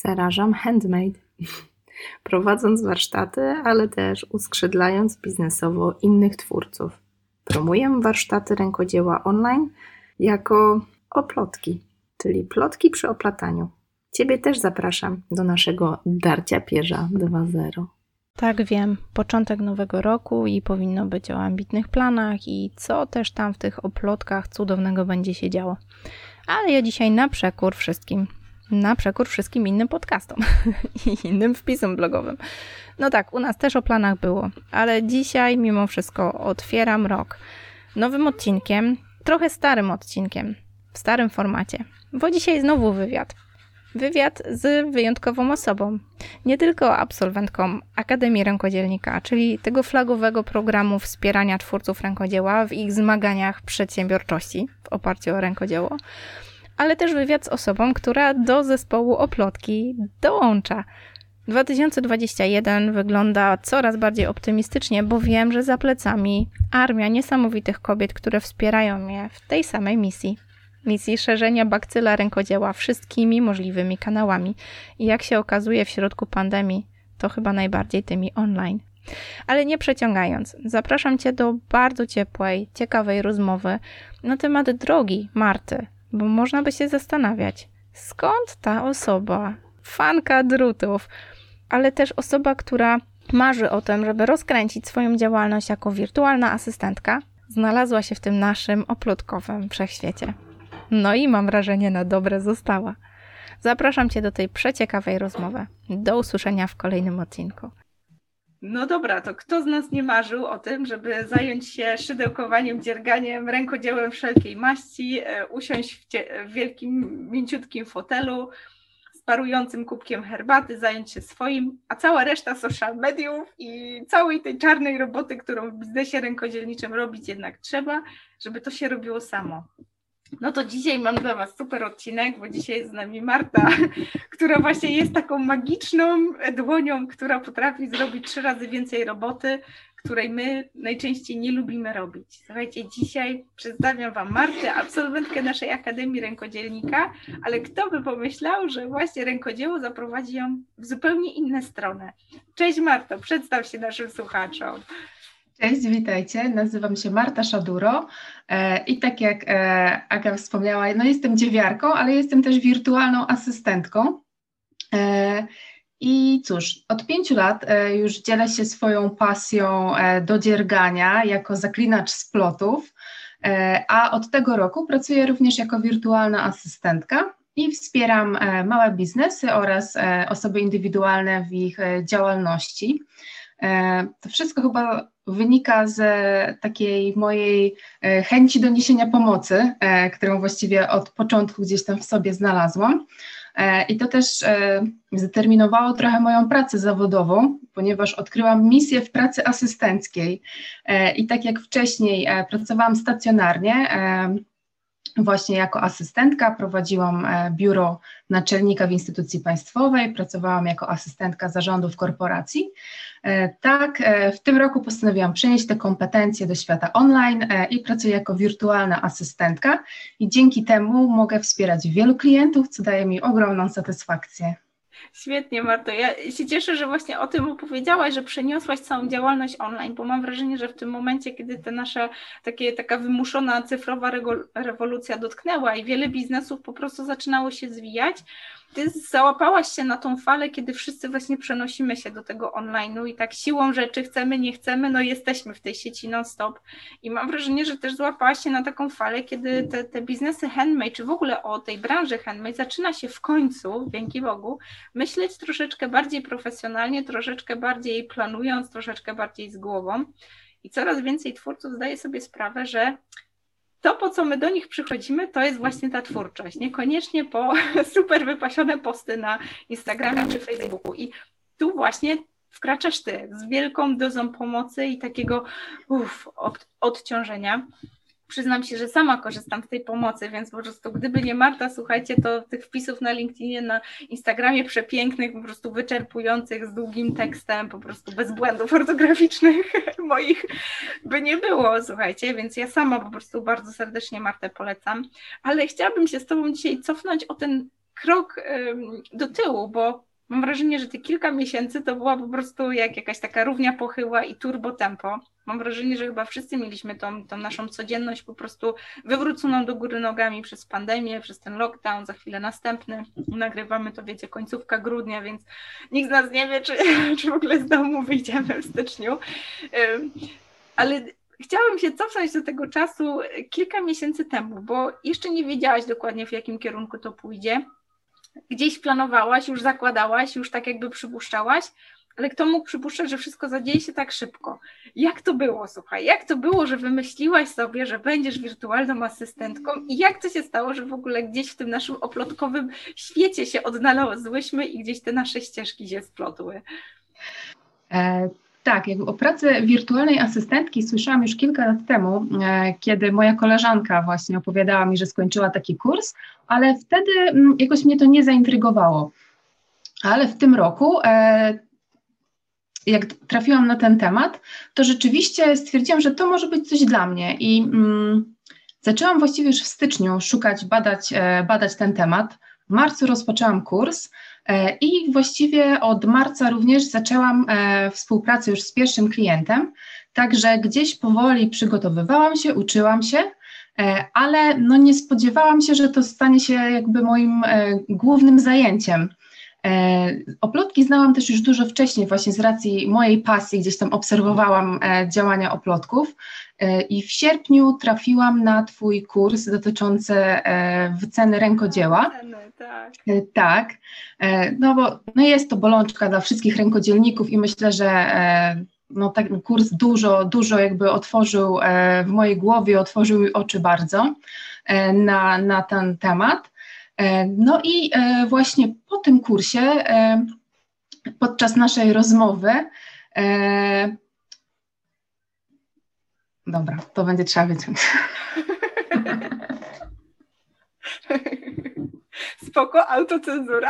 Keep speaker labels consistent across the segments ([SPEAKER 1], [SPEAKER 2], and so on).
[SPEAKER 1] zarażam handmade, prowadząc warsztaty, ale też uskrzydlając biznesowo innych twórców. Promuję warsztaty rękodzieła online jako oplotki, czyli plotki przy oplataniu. Ciebie też zapraszam do naszego Darcia Pierza 2.0.
[SPEAKER 2] Tak, wiem, początek nowego roku i powinno być o ambitnych planach i co też tam w tych oplotkach cudownego będzie się działo. Ale ja dzisiaj na przekór wszystkim innym podcastom i innym wpisom blogowym. No tak, u nas też o planach było, ale dzisiaj mimo wszystko otwieram rok nowym odcinkiem, trochę starym odcinkiem, w starym formacie, bo dzisiaj znowu wywiad. Wywiad z wyjątkową osobą, nie tylko absolwentką Akademii Rękodzielnika, czyli tego flagowego programu wspierania twórców rękodzieła w ich zmaganiach przedsiębiorczości w oparciu o rękodzieło, ale też wywiad z osobą, która do zespołu Oplotki dołącza. 2021 wygląda coraz bardziej optymistycznie, bo wiem, że za plecami armia niesamowitych kobiet, które wspierają mnie w tej samej misji szerzenia bakcyla rękodzieła wszystkimi możliwymi kanałami i jak się okazuje w środku pandemii, to chyba najbardziej tymi online. Ale nie przeciągając, zapraszam Cię do bardzo ciepłej, ciekawej rozmowy na temat drogi Marty, bo można by się zastanawiać, skąd ta osoba, fanka drutów, ale też osoba, która marzy o tym, żeby rozkręcić swoją działalność jako wirtualna asystentka, znalazła się w tym naszym oplotkowym wszechświecie. No i mam wrażenie, na dobre została. Zapraszam Cię do tej przeciekawej rozmowy. Do usłyszenia w kolejnym odcinku.
[SPEAKER 3] No dobra, to kto z nas nie marzył o tym, żeby zająć się szydełkowaniem, dzierganiem, rękodziełem wszelkiej maści, usiąść w wielkim, mięciutkim fotelu z parującym kubkiem herbaty, zająć się swoim, a cała reszta social mediów i całej tej czarnej roboty, którą w biznesie rękodzielniczym robić jednak trzeba, żeby to się robiło samo. No to dzisiaj mam dla Was super odcinek, bo dzisiaj jest z nami Marta, która właśnie jest taką magiczną dłonią, która potrafi zrobić 3 razy więcej roboty, której my najczęściej nie lubimy robić. Słuchajcie, dzisiaj przedstawiam Wam Martę, absolwentkę naszej Akademii Rękodzielnika, ale kto by pomyślał, że właśnie rękodzieło zaprowadzi ją w zupełnie inne stronę. Cześć Marto, przedstaw się naszym słuchaczom.
[SPEAKER 4] Cześć, witajcie. Nazywam się Marta Szaduro i tak jak Aga wspomniała, no jestem dziewiarką, ale jestem też wirtualną asystentką. I cóż, od 5 lat już dzielę się swoją pasją do dziergania jako zaklinacz splotów, a od tego roku pracuję również jako wirtualna asystentka i wspieram małe biznesy oraz osoby indywidualne w ich działalności. To wszystko chyba wynika z takiej mojej chęci do niesienia pomocy, którą właściwie od początku gdzieś tam w sobie znalazłam. I to też zdeterminowało trochę moją pracę zawodową, ponieważ odkryłam misję w pracy asystenckiej. I tak jak wcześniej pracowałam stacjonarnie, właśnie jako asystentka, prowadziłam biuro naczelnika w instytucji państwowej, pracowałam jako asystentka zarządu w korporacji. Tak, w tym roku postanowiłam przenieść te kompetencje do świata online i pracuję jako wirtualna asystentka i dzięki temu mogę wspierać wielu klientów, co daje mi ogromną satysfakcję.
[SPEAKER 3] Świetnie, Marto. Ja się cieszę, że właśnie o tym opowiedziałaś, że przeniosłaś całą działalność online, bo mam wrażenie, że w tym momencie, kiedy ta nasza taka wymuszona cyfrowa rewolucja dotknęła i wiele biznesów po prostu zaczynało się zwijać, ty załapałaś się na tą falę, kiedy wszyscy właśnie przenosimy się do tego online'u i tak siłą rzeczy chcemy, nie chcemy, no jesteśmy w tej sieci non-stop i mam wrażenie, że też złapałaś się na taką falę, kiedy te biznesy handmade, czy w ogóle o tej branży handmade zaczyna się w końcu, dzięki Bogu, myśleć troszeczkę bardziej profesjonalnie, troszeczkę bardziej planując, troszeczkę bardziej z głową i coraz więcej twórców zdaje sobie sprawę, że to, po co my do nich przychodzimy, to jest właśnie ta twórczość. Niekoniecznie po super wypasione posty na Instagramie czy Facebooku. I tu właśnie wkraczasz ty z wielką dozą pomocy i takiego odciążenia. Przyznam się, że sama korzystam z tej pomocy, więc po prostu gdyby nie Marta, słuchajcie, to tych wpisów na LinkedInie, na Instagramie przepięknych, po prostu wyczerpujących, z długim tekstem, po prostu bez błędów ortograficznych moich by nie było, słuchajcie, więc ja sama po prostu bardzo serdecznie Martę polecam, ale chciałabym się z Tobą dzisiaj cofnąć o ten krok do tyłu, bo mam wrażenie, że te kilka miesięcy to była po prostu jak jakaś taka równia pochyła i turbo tempo. Mam wrażenie, że chyba wszyscy mieliśmy tą naszą codzienność po prostu wywróconą do góry nogami przez pandemię, przez ten lockdown, za chwilę następny. Nagrywamy to, wiecie, końcówka grudnia, więc nikt z nas nie wie, czy w ogóle z domu wyjdziemy w styczniu. Ale chciałabym się cofnąć do tego czasu kilka miesięcy temu, bo jeszcze nie wiedziałaś dokładnie, w jakim kierunku to pójdzie. Gdzieś planowałaś, już zakładałaś, już tak jakby przypuszczałaś, ale kto mógł przypuszczać, że wszystko zadzieje się tak szybko? Jak to było, słuchaj? Jak to było, że wymyśliłaś sobie, że będziesz wirtualną asystentką i jak to się stało, że w ogóle gdzieś w tym naszym oplotkowym świecie się odnalazłyśmy i gdzieś te nasze ścieżki się splotły?
[SPEAKER 4] Tak, jakby o pracy wirtualnej asystentki słyszałam już kilka lat temu, kiedy moja koleżanka właśnie opowiadała mi, że skończyła taki kurs, ale wtedy jakoś mnie to nie zaintrygowało. Ale w tym roku, jak trafiłam na ten temat, to rzeczywiście stwierdziłam, że to może być coś dla mnie i zaczęłam właściwie już w styczniu szukać, badać ten temat. W marcu rozpoczęłam kurs i właściwie od marca również zaczęłam współpracę już z pierwszym klientem, także gdzieś powoli przygotowywałam się, uczyłam się, ale no nie spodziewałam się, że to stanie się jakby moim głównym zajęciem. Oplotki znałam też już dużo wcześniej, właśnie z racji mojej pasji, gdzieś tam obserwowałam działania oplotków i w sierpniu trafiłam na Twój kurs dotyczący wyceny rękodzieła. Tak, no bo no jest to bolączka dla wszystkich rękodzielników i myślę, że no ten kurs dużo jakby otworzył w mojej głowie, otworzył mi oczy bardzo na ten temat. No i właśnie po tym kursie, podczas naszej rozmowy, dobra, to będzie trzeba wyciąć.
[SPEAKER 3] Spoko, autocenzura.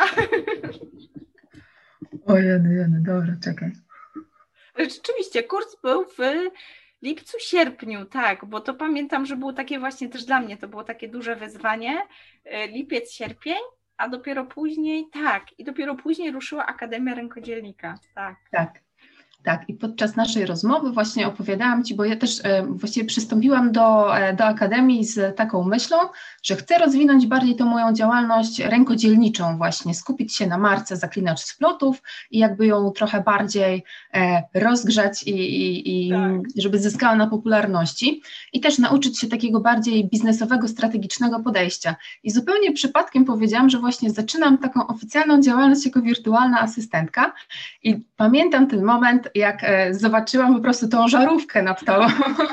[SPEAKER 4] O jeny, dobra, czekaj.
[SPEAKER 3] Rzeczywiście, kurs był w lipcu, sierpniu, tak, bo to pamiętam, że było takie właśnie też dla mnie, to było takie duże wyzwanie, lipiec, sierpień, a dopiero później, dopiero później ruszyła Akademia Rękodzielnika,
[SPEAKER 4] Tak, i podczas naszej rozmowy właśnie opowiadałam Ci, bo ja też właściwie przystąpiłam do Akademii z taką myślą, że chcę rozwinąć bardziej tą moją działalność rękodzielniczą właśnie, skupić się na marce Zaklinacz Splotów i jakby ją trochę bardziej rozgrzać i żeby zyskała na popularności i też nauczyć się takiego bardziej biznesowego, strategicznego podejścia. I zupełnie przypadkiem powiedziałam, że właśnie zaczynam taką oficjalną działalność jako wirtualna asystentka i pamiętam ten moment, jak zobaczyłam po prostu tą żarówkę nad tobą.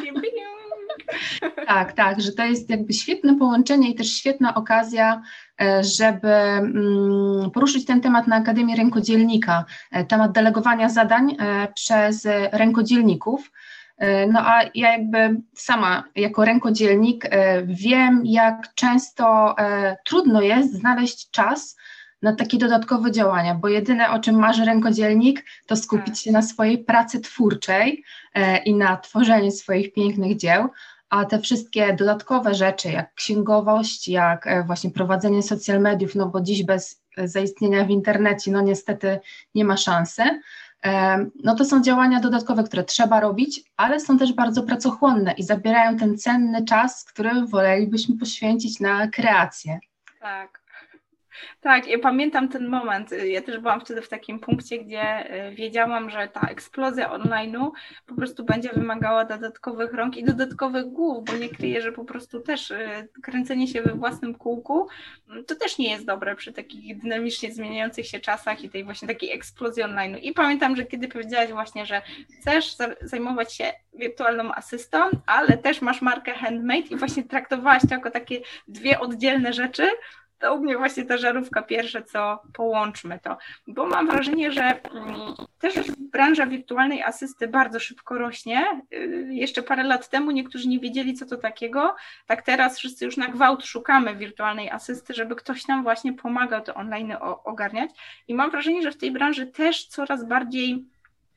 [SPEAKER 4] Tak, że to jest jakby świetne połączenie i też świetna okazja, żeby poruszyć ten temat na Akademii Rękodzielnika, temat delegowania zadań przez rękodzielników. No a ja jakby sama jako rękodzielnik wiem, jak często trudno jest znaleźć czas na takie dodatkowe działania, bo jedyne, o czym marzy rękodzielnik, to skupić się na swojej pracy twórczej i na tworzeniu swoich pięknych dzieł, a te wszystkie dodatkowe rzeczy, jak księgowość, jak właśnie prowadzenie social mediów, no bo dziś bez zaistnienia w internecie, no niestety nie ma szansy, no to są działania dodatkowe, które trzeba robić, ale są też bardzo pracochłonne i zabierają ten cenny czas, który wolelibyśmy poświęcić na kreację.
[SPEAKER 3] Tak, ja pamiętam ten moment, ja też byłam wtedy w takim punkcie, gdzie wiedziałam, że ta eksplozja online'u po prostu będzie wymagała dodatkowych rąk i dodatkowych głów, bo nie kryję, że po prostu też kręcenie się we własnym kółku to też nie jest dobre przy takich dynamicznie zmieniających się czasach i tej właśnie takiej eksplozji online'u. I pamiętam, że kiedy powiedziałaś właśnie, że chcesz zajmować się wirtualną asystą, ale też masz markę handmade i właśnie traktowałaś to jako takie dwie oddzielne rzeczy, to u mnie właśnie ta żarówka pierwsze, co połączmy to, bo mam wrażenie, że też branża wirtualnej asysty bardzo szybko rośnie. Jeszcze parę lat temu niektórzy nie wiedzieli, co to takiego, tak teraz wszyscy już na gwałt szukamy wirtualnej asysty, żeby ktoś nam właśnie pomagał te online ogarniać i mam wrażenie, że w tej branży też coraz bardziej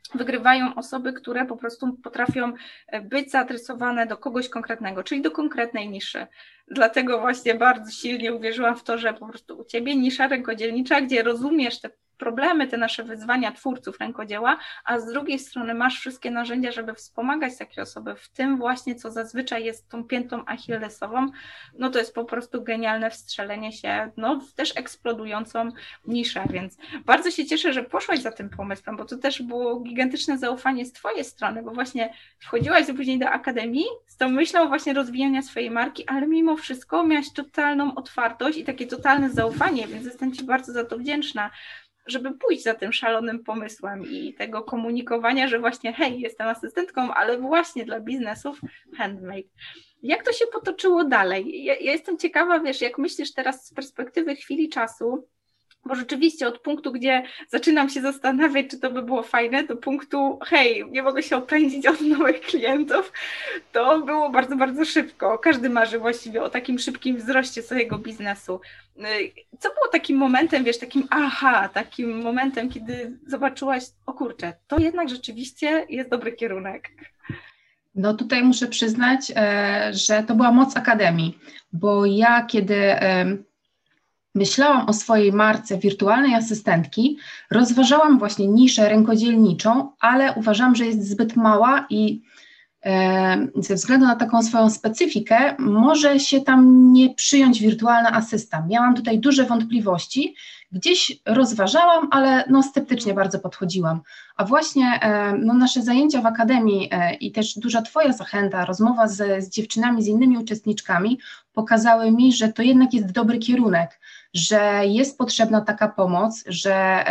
[SPEAKER 3] wygrywają osoby, które po prostu potrafią być zaadresowane do kogoś konkretnego, czyli do konkretnej niszy. Dlatego właśnie bardzo silnie uwierzyłam w to, że po prostu u Ciebie nisza rękodzielnicza, gdzie rozumiesz te problemy, te nasze wyzwania twórców rękodzieła, a z drugiej strony masz wszystkie narzędzia, żeby wspomagać takie osoby w tym właśnie, co zazwyczaj jest tą piętą achillesową, no to jest po prostu genialne wstrzelenie się w też eksplodującą niszę, więc bardzo się cieszę, że poszłaś za tym pomysłem, bo to też było gigantyczne zaufanie z Twojej strony, bo właśnie wchodziłaś później do akademii z tą myślą właśnie rozwijania swojej marki, ale mimo wszystko miałaś totalną otwartość i takie totalne zaufanie, więc jestem Ci bardzo za to wdzięczna, żeby pójść za tym szalonym pomysłem i tego komunikowania, że właśnie hej, jestem asystentką, ale właśnie dla biznesów handmade. Jak to się potoczyło dalej? Ja jestem ciekawa, wiesz, jak myślisz teraz z perspektywy chwili czasu, bo rzeczywiście od punktu, gdzie zaczynam się zastanawiać, czy to by było fajne, do punktu hej, nie mogę się opędzić od nowych klientów, to było bardzo, bardzo szybko. Każdy marzy właściwie o takim szybkim wzroście swojego biznesu. Co było takim momentem, wiesz, takim momentem, kiedy zobaczyłaś, o kurczę, to jednak rzeczywiście jest dobry kierunek?
[SPEAKER 4] No tutaj muszę przyznać, że to była moc Akademii, bo ja kiedy myślałam o swojej marce wirtualnej asystentki, rozważałam właśnie niszę rękodzielniczą, ale uważam, że jest zbyt mała i ze względu na taką swoją specyfikę może się tam nie przyjąć wirtualna asysta. Miałam tutaj duże wątpliwości, gdzieś rozważałam, ale sceptycznie bardzo podchodziłam. A właśnie nasze zajęcia w Akademii i też duża Twoja zachęta, rozmowa z dziewczynami, z innymi uczestniczkami pokazały mi, że to jednak jest dobry kierunek, że jest potrzebna taka pomoc, że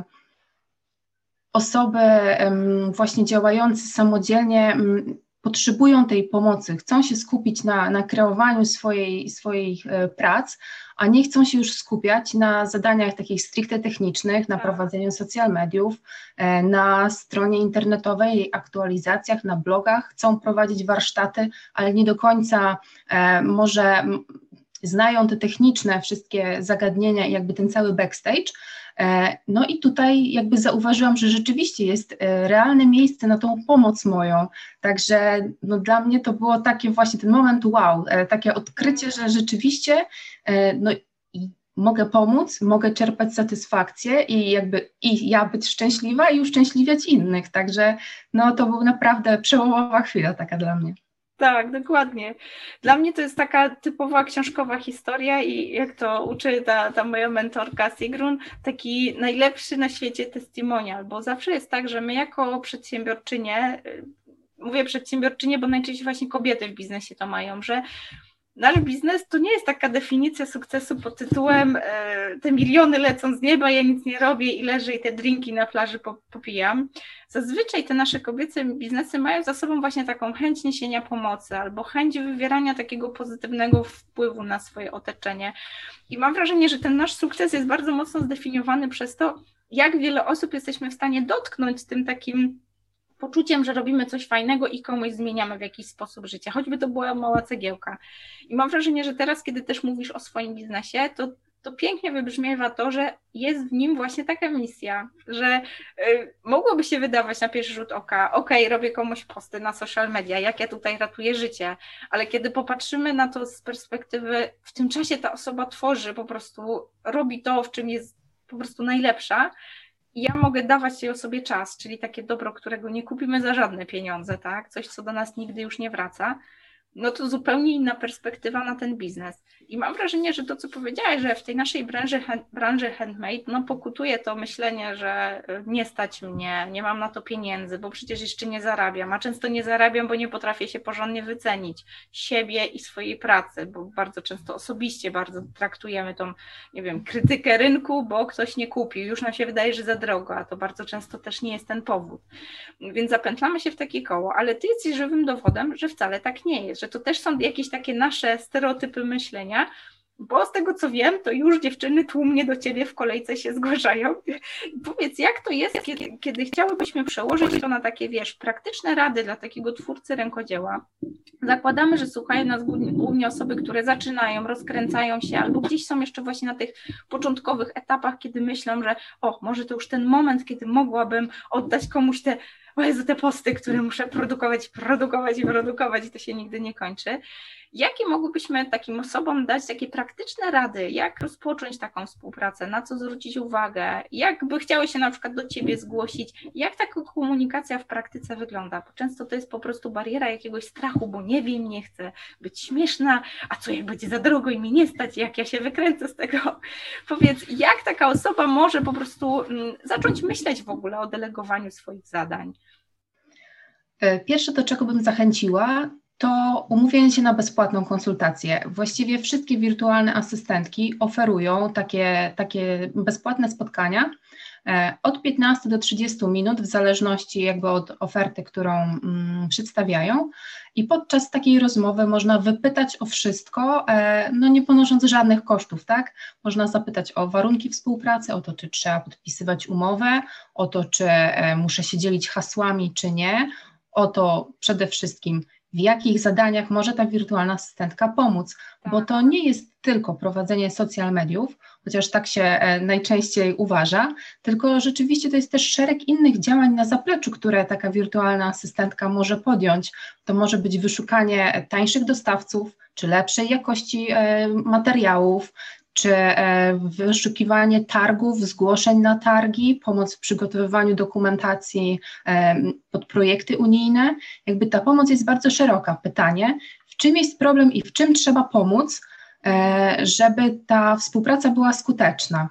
[SPEAKER 4] osoby właśnie działające samodzielnie potrzebują tej pomocy, chcą się skupić na kreowaniu swoich prac, a nie chcą się już skupiać na zadaniach takich stricte technicznych, na prowadzeniu social mediów, na stronie internetowej, aktualizacjach, na blogach, chcą prowadzić warsztaty, ale nie do końca może znają te techniczne wszystkie zagadnienia i jakby ten cały backstage. No i tutaj jakby zauważyłam, że rzeczywiście jest realne miejsce na tą pomoc moją, także dla mnie to było takie właśnie ten moment wow, takie odkrycie, że rzeczywiście mogę pomóc, mogę czerpać satysfakcję i ja być szczęśliwa i uszczęśliwiać innych, także to była naprawdę przełomowa chwila taka dla mnie.
[SPEAKER 3] Tak, dokładnie. Dla mnie to jest taka typowa książkowa historia i jak to uczy ta moja mentorka Sigrun, taki najlepszy na świecie testimonial, bo zawsze jest tak, że my jako przedsiębiorczynie, mówię przedsiębiorczynie, bo najczęściej właśnie kobiety w biznesie to mają, że nasz biznes to nie jest taka definicja sukcesu pod tytułem te miliony lecą z nieba, ja nic nie robię i leżę i te drinki na plaży popijam. Zazwyczaj te nasze kobiece biznesy mają za sobą właśnie taką chęć niesienia pomocy albo chęć wywierania takiego pozytywnego wpływu na swoje otoczenie. I mam wrażenie, że ten nasz sukces jest bardzo mocno zdefiniowany przez to, jak wiele osób jesteśmy w stanie dotknąć tym takim poczuciem, że robimy coś fajnego i komuś zmieniamy w jakiś sposób życie, choćby to była mała cegiełka. I mam wrażenie, że teraz, kiedy też mówisz o swoim biznesie, to pięknie wybrzmiewa to, że jest w nim właśnie taka misja, że mogłoby się wydawać na pierwszy rzut oka, okej, robię komuś posty na social media, jak ja tutaj ratuję życie, ale kiedy popatrzymy na to z perspektywy, w tym czasie ta osoba tworzy, po prostu robi to, w czym jest po prostu najlepsza, i ja mogę dawać tej osobie czas, czyli takie dobro, którego nie kupimy za żadne pieniądze, tak? Coś, co do nas nigdy już nie wraca, to zupełnie inna perspektywa na ten biznes. I mam wrażenie, że to, co powiedziałaś, że w tej naszej branży handmade, pokutuje to myślenie, że nie stać mnie, nie mam na to pieniędzy, bo przecież jeszcze nie zarabiam, a często nie zarabiam, bo nie potrafię się porządnie wycenić siebie i swojej pracy, bo bardzo często osobiście bardzo traktujemy tą, krytykę rynku, bo ktoś nie kupił, już nam się wydaje, że za drogo, a to bardzo często też nie jest ten powód. Więc zapętlamy się w takie koło, ale ty jesteś żywym dowodem, że wcale tak nie jest, że to też są jakieś takie nasze stereotypy myślenia, bo z tego co wiem, to już dziewczyny tłumnie do Ciebie w kolejce się zgłaszają. Powiedz, jak to jest, kiedy chciałybyśmy przełożyć to na takie, praktyczne rady dla takiego twórcy rękodzieła. Zakładamy, że słuchają nas głównie osoby, które zaczynają, rozkręcają się albo gdzieś są jeszcze właśnie na tych początkowych etapach, kiedy myślą, że może to już ten moment, kiedy mogłabym oddać komuś te posty, które muszę produkować i to się nigdy nie kończy. Jakie mogłybyśmy takim osobom dać takie praktyczne rady, jak rozpocząć taką współpracę, na co zwrócić uwagę, jakby chciały się na przykład do Ciebie zgłosić, jak taka komunikacja w praktyce wygląda? Bo często to jest po prostu bariera jakiegoś strachu, bo nie wiem, nie chcę być śmieszna, a co jak będzie za drogo i mi nie stać, jak ja się wykręcę z tego? Powiedz, jak taka osoba może po prostu zacząć myśleć w ogóle o delegowaniu swoich zadań?
[SPEAKER 4] Pierwsze, do czego bym zachęciła, to umówienie się na bezpłatną konsultację. Właściwie wszystkie wirtualne asystentki oferują takie bezpłatne spotkania od 15 do 30 minut, w zależności jakby od oferty, którą przedstawiają. I podczas takiej rozmowy można wypytać o wszystko, nie ponosząc żadnych kosztów, tak? Można zapytać o warunki współpracy, o to, czy trzeba podpisywać umowę, o to, czy muszę się dzielić hasłami, czy nie, o to przede wszystkim, w jakich zadaniach może ta wirtualna asystentka pomóc, bo to nie jest tylko prowadzenie social mediów, chociaż tak się najczęściej uważa, tylko rzeczywiście to jest też szereg innych działań na zapleczu, które taka wirtualna asystentka może podjąć. To może być wyszukanie tańszych dostawców, czy lepszej jakości materiałów, czy wyszukiwanie targów, zgłoszeń na targi, pomoc w przygotowywaniu dokumentacji pod projekty unijne. Jakby ta pomoc jest bardzo szeroka. Pytanie, w czym jest problem i w czym trzeba pomóc, żeby ta współpraca była skuteczna?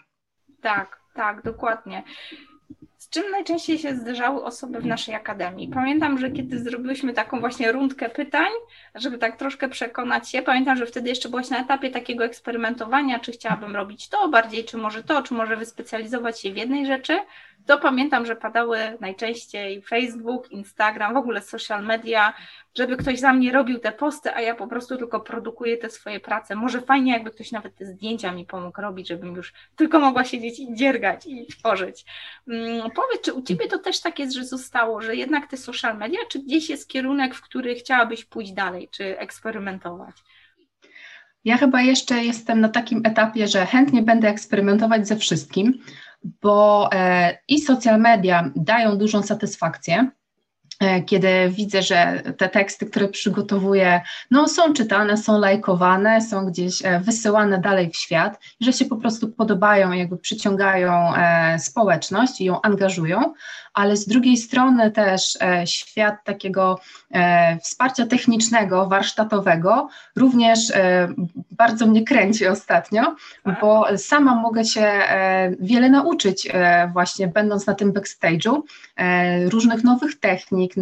[SPEAKER 3] Tak, dokładnie. Z czym najczęściej się zdarzały osoby w naszej akademii? Pamiętam, że kiedy zrobiłyśmy taką właśnie rundkę pytań, żeby tak troszkę przekonać się, pamiętam, że wtedy jeszcze byłaś na etapie takiego eksperymentowania, czy chciałabym robić to bardziej, czy może wyspecjalizować się w jednej rzeczy, to pamiętam, że padały najczęściej Facebook, Instagram, w ogóle social media, żeby ktoś za mnie robił te posty, a ja po prostu tylko produkuję te swoje prace. Może fajnie, jakby ktoś nawet te zdjęcia mi pomógł robić, żebym już tylko mogła siedzieć i dziergać i tworzyć. Powiedz, czy u Ciebie to też tak jest, że zostało, że jednak te social media, czy gdzieś jest kierunek, w który chciałabyś pójść dalej, czy eksperymentować?
[SPEAKER 4] Ja chyba jeszcze jestem na takim etapie, że chętnie będę eksperymentować ze wszystkim, bo i social media dają dużą satysfakcję, kiedy widzę, że te teksty, które przygotowuję, są czytane, są lajkowane, są gdzieś wysyłane dalej w świat, że się po prostu podobają, jakby przyciągają społeczność i ją angażują, ale z drugiej strony też świat takiego wsparcia technicznego, warsztatowego również bardzo mnie kręci ostatnio, bo sama mogę się wiele nauczyć właśnie będąc na tym backstage'u, różnych nowych technik,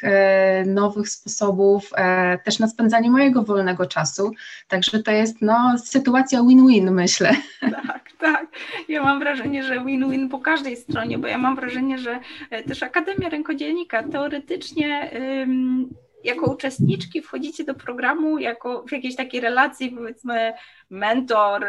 [SPEAKER 4] nowych sposobów też na spędzanie mojego wolnego czasu, także to jest sytuacja win-win, myślę.
[SPEAKER 3] Tak. Ja mam wrażenie, że win-win po każdej stronie, bo ja mam wrażenie, że też Akademia Rękodzielnika teoretycznie jako uczestniczki wchodzicie do programu w jakiejś takiej relacji, powiedzmy mentor,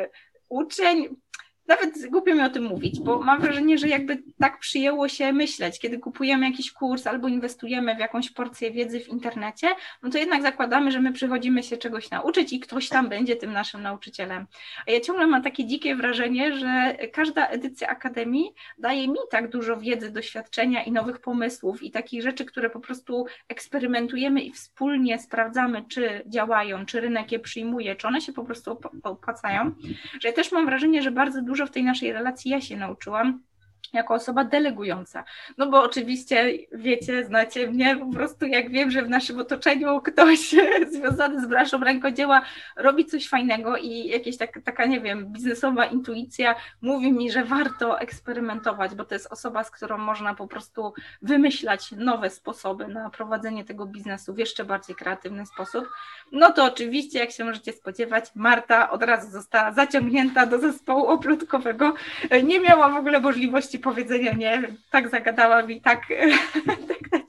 [SPEAKER 3] uczeń. Nawet głupio mi o tym mówić, bo mam wrażenie, że jakby tak przyjęło się myśleć, kiedy kupujemy jakiś kurs albo inwestujemy w jakąś porcję wiedzy w internecie, to jednak zakładamy, że my przychodzimy się czegoś nauczyć i ktoś tam będzie tym naszym nauczycielem. A ja ciągle mam takie dzikie wrażenie, że każda edycja Akademii daje mi tak dużo wiedzy, doświadczenia i nowych pomysłów i takich rzeczy, które po prostu eksperymentujemy i wspólnie sprawdzamy, czy działają, czy rynek je przyjmuje, czy one się po prostu opłacają, że ja też mam wrażenie, że bardzo dużo w tej naszej relacji ja się nauczyłam jako osoba delegująca. Bo oczywiście wiecie, znacie mnie, po prostu jak wiem, że w naszym otoczeniu ktoś związany z branżą rękodzieła robi coś fajnego i jakaś taka, nie wiem, biznesowa intuicja mówi mi, że warto eksperymentować, bo to jest osoba, z którą można po prostu wymyślać nowe sposoby na prowadzenie tego biznesu w jeszcze bardziej kreatywny sposób. To oczywiście, jak się możecie spodziewać, Marta od razu została zaciągnięta do zespołu oplutkowego. Nie miała w ogóle możliwości powiedzenia nie, tak zagadała mi, tak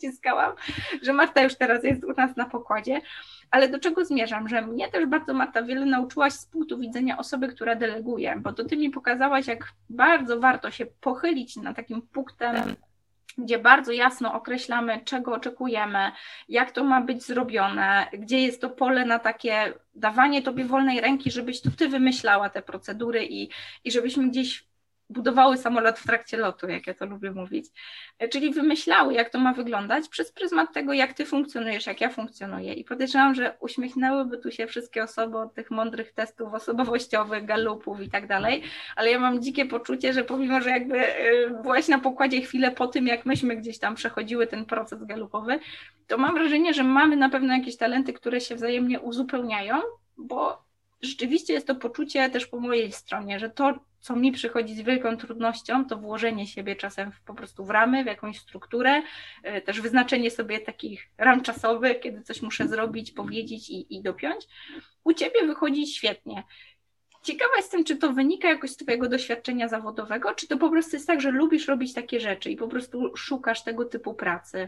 [SPEAKER 3] naciskałam, że Marta już teraz jest u nas na pokładzie. Ale do czego zmierzam? Że mnie też bardzo, Marta, wiele nauczyłaś z punktu widzenia osoby, która deleguje, bo to ty mi pokazałaś, jak bardzo warto się pochylić nad takim punktem, gdzie bardzo jasno określamy, czego oczekujemy, jak to ma być zrobione, gdzie jest to pole na takie dawanie tobie wolnej ręki, żebyś to ty wymyślała te procedury i żebyśmy gdzieś budowały samolot w trakcie lotu, jak ja to lubię mówić. Czyli wymyślały, jak to ma wyglądać przez pryzmat tego, jak ty funkcjonujesz, jak ja funkcjonuję. I podejrzewam, że uśmiechnęłyby tu się wszystkie osoby od tych mądrych testów osobowościowych, galupów i tak dalej, ale ja mam dzikie poczucie, że pomimo, że jakby byłaś na pokładzie chwilę po tym, jak myśmy gdzieś tam przechodziły ten proces galupowy, to mam wrażenie, że mamy na pewno jakieś talenty, które się wzajemnie uzupełniają, bo rzeczywiście jest to poczucie też po mojej stronie, że to, co mi przychodzi z wielką trudnością, to włożenie siebie czasem po prostu w ramy, w jakąś strukturę, też wyznaczenie sobie takich ram czasowych, kiedy coś muszę zrobić, powiedzieć i dopiąć. U ciebie wychodzi świetnie. Ciekawa jestem, czy to wynika jakoś z twojego doświadczenia zawodowego, czy to po prostu jest tak, że lubisz robić takie rzeczy i po prostu szukasz tego typu pracy?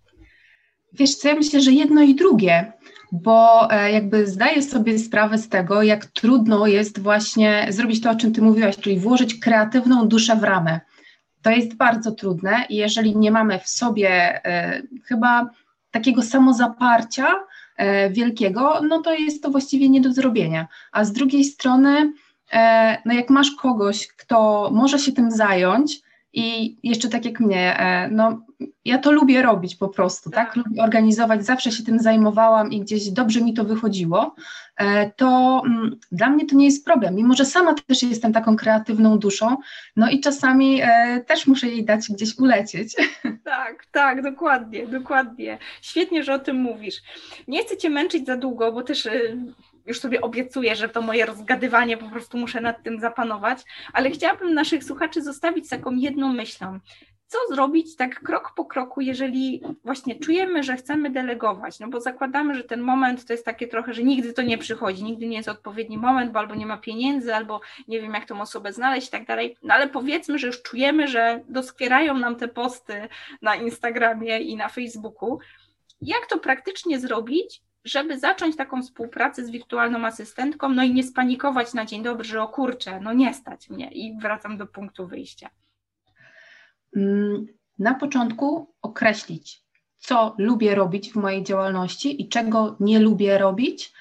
[SPEAKER 4] Wiesz co, ja myślę, że jedno i drugie, bo jakby zdaję sobie sprawę z tego, jak trudno jest właśnie zrobić to, o czym ty mówiłaś, czyli włożyć kreatywną duszę w ramę. To jest bardzo trudne i jeżeli nie mamy w sobie chyba takiego samozaparcia wielkiego, no to jest to właściwie nie do zrobienia. A z drugiej strony, no jak masz kogoś, kto może się tym zająć, i jeszcze tak jak mnie, no ja to lubię robić po prostu, tak? Lubię organizować, zawsze się tym zajmowałam i gdzieś dobrze mi to wychodziło, to dla mnie to nie jest problem, mimo że sama też jestem taką kreatywną duszą, no i czasami też muszę jej dać gdzieś ulecieć.
[SPEAKER 3] Tak, dokładnie. Świetnie, że o tym mówisz. Nie chcę cię męczyć za długo, bo też już sobie obiecuję, że to moje rozgadywanie, po prostu muszę nad tym zapanować, ale chciałabym naszych słuchaczy zostawić z taką jedną myślą. Co zrobić tak krok po kroku, jeżeli właśnie czujemy, że chcemy delegować, no bo zakładamy, że ten moment to jest takie trochę, że nigdy to nie przychodzi, nigdy nie jest odpowiedni moment, bo albo nie ma pieniędzy, albo nie wiem, jak tą osobę znaleźć i tak dalej, no ale powiedzmy, że już czujemy, że doskwierają nam te posty na Instagramie i na Facebooku. Jak to praktycznie zrobić, żeby zacząć taką współpracę z wirtualną asystentką, no i nie spanikować na dzień dobry, że o kurczę, no nie stać mnie i wracam do punktu wyjścia.
[SPEAKER 4] Na początku określić, co lubię robić w mojej działalności i czego nie lubię robić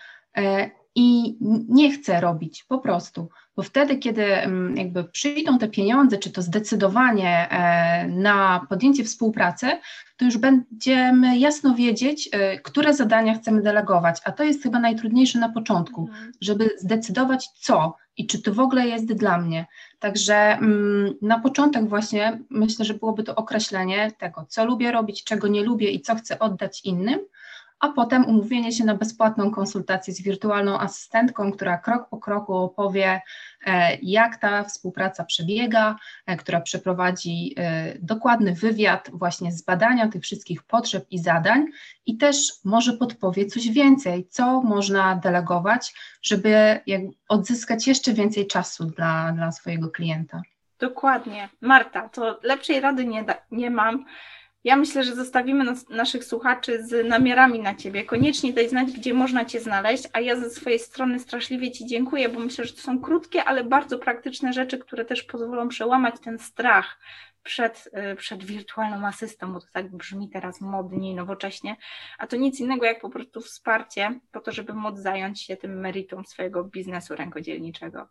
[SPEAKER 4] i nie chcę robić po prostu, bo wtedy, kiedy jakby przyjdą te pieniądze, czy to zdecydowanie na podjęcie współpracy, to już będziemy jasno wiedzieć, które zadania chcemy delegować, a to jest chyba najtrudniejsze na początku, żeby zdecydować co i czy to w ogóle jest dla mnie. Także na początek właśnie myślę, że byłoby to określenie tego, co lubię robić, czego nie lubię i co chcę oddać innym, a potem umówienie się na bezpłatną konsultację z wirtualną asystentką, która krok po kroku opowie, jak ta współpraca przebiega, która przeprowadzi dokładny wywiad właśnie z badania tych wszystkich potrzeb i zadań i też może podpowie coś więcej, co można delegować, żeby odzyskać jeszcze więcej czasu dla swojego klienta.
[SPEAKER 3] Dokładnie. Marta, to lepszej rady nie mam. Ja myślę, że zostawimy naszych słuchaczy z namiarami na Ciebie. Koniecznie daj znać, gdzie można Cię znaleźć, a ja ze swojej strony straszliwie Ci dziękuję, bo myślę, że to są krótkie, ale bardzo praktyczne rzeczy, które też pozwolą przełamać ten strach przed wirtualną asystą, bo to tak brzmi teraz modnie i nowocześnie, a to nic innego jak po prostu wsparcie po to, żeby móc zająć się tym meritum swojego biznesu rękodzielniczego.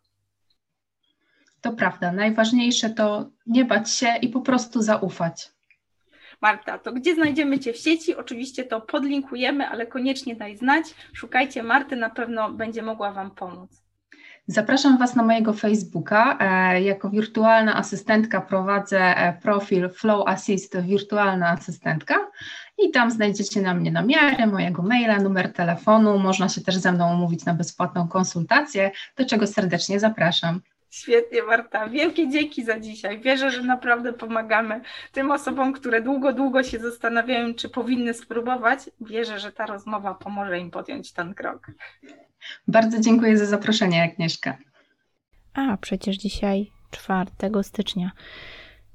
[SPEAKER 4] To prawda, najważniejsze to nie bać się i po prostu zaufać.
[SPEAKER 3] Marta, to gdzie znajdziemy Cię w sieci? Oczywiście to podlinkujemy, ale koniecznie daj znać. Szukajcie Marty, na pewno będzie mogła Wam pomóc.
[SPEAKER 4] Zapraszam Was na mojego Facebooka. Jako wirtualna asystentka prowadzę profil Flow Assist wirtualna asystentka i tam znajdziecie na mnie namiary, mojego maila, numer telefonu. Można się też ze mną umówić na bezpłatną konsultację, do czego serdecznie zapraszam.
[SPEAKER 3] Świetnie, Marta. Wielkie dzięki za dzisiaj. Wierzę, że naprawdę pomagamy tym osobom, które długo się zastanawiają, czy powinny spróbować. Wierzę, że ta rozmowa pomoże im podjąć ten krok.
[SPEAKER 4] Bardzo dziękuję za zaproszenie, Agnieszka.
[SPEAKER 2] A przecież dzisiaj 4 stycznia.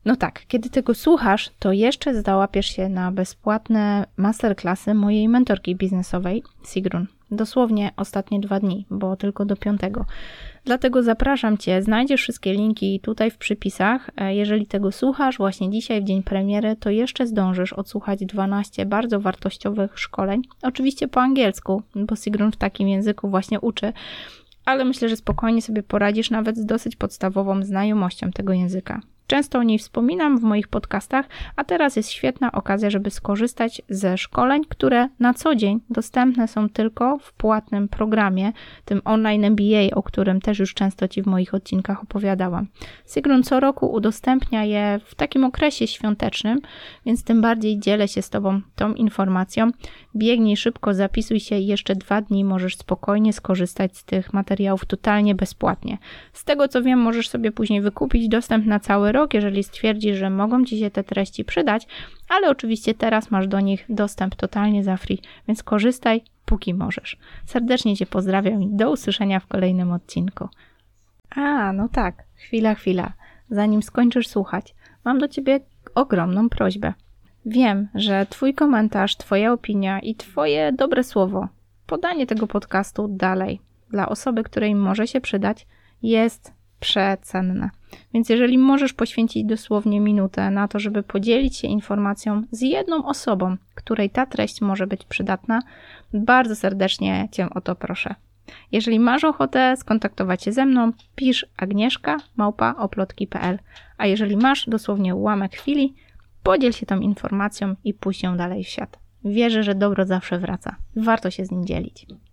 [SPEAKER 2] No tak, kiedy tego słuchasz, to jeszcze załapiesz się na bezpłatne masterclassy mojej mentorki biznesowej, Sigrun. Dosłownie ostatnie 2 dni, bo tylko do 5. Dlatego zapraszam Cię, znajdziesz wszystkie linki tutaj w przypisach. Jeżeli tego słuchasz właśnie dzisiaj w dzień premiery, to jeszcze zdążysz odsłuchać 12 bardzo wartościowych szkoleń. Oczywiście po angielsku, bo Sigrun w takim języku właśnie uczy, ale myślę, że spokojnie sobie poradzisz nawet z dosyć podstawową znajomością tego języka. Często o niej wspominam w moich podcastach, a teraz jest świetna okazja, żeby skorzystać ze szkoleń, które na co dzień dostępne są tylko w płatnym programie, tym online MBA, o którym też już często Ci w moich odcinkach opowiadałam. Sigrun co roku udostępnia je w takim okresie świątecznym, więc tym bardziej dzielę się z Tobą tą informacją. Biegnij szybko, zapisuj się i jeszcze 2 dni możesz spokojnie skorzystać z tych materiałów totalnie bezpłatnie. Z tego co wiem, możesz sobie później wykupić dostęp na cały rok, jeżeli stwierdzisz, że mogą Ci się te treści przydać, ale oczywiście teraz masz do nich dostęp totalnie za free, więc korzystaj póki możesz. Serdecznie Cię pozdrawiam i do usłyszenia w kolejnym odcinku. No tak, chwila. Zanim skończysz słuchać, mam do Ciebie ogromną prośbę. Wiem, że Twój komentarz, Twoja opinia i Twoje dobre słowo, podanie tego podcastu dalej dla osoby, której może się przydać, jest przecenne. Więc jeżeli możesz poświęcić dosłownie minutę na to, żeby podzielić się informacją z jedną osobą, której ta treść może być przydatna, bardzo serdecznie Cię o to proszę. Jeżeli masz ochotę skontaktować się ze mną, pisz agnieszka@oplotki.pl, a jeżeli masz dosłownie ułamek chwili, podziel się tą informacją i puść ją dalej w świat. Wierzę, że dobro zawsze wraca. Warto się z nim dzielić.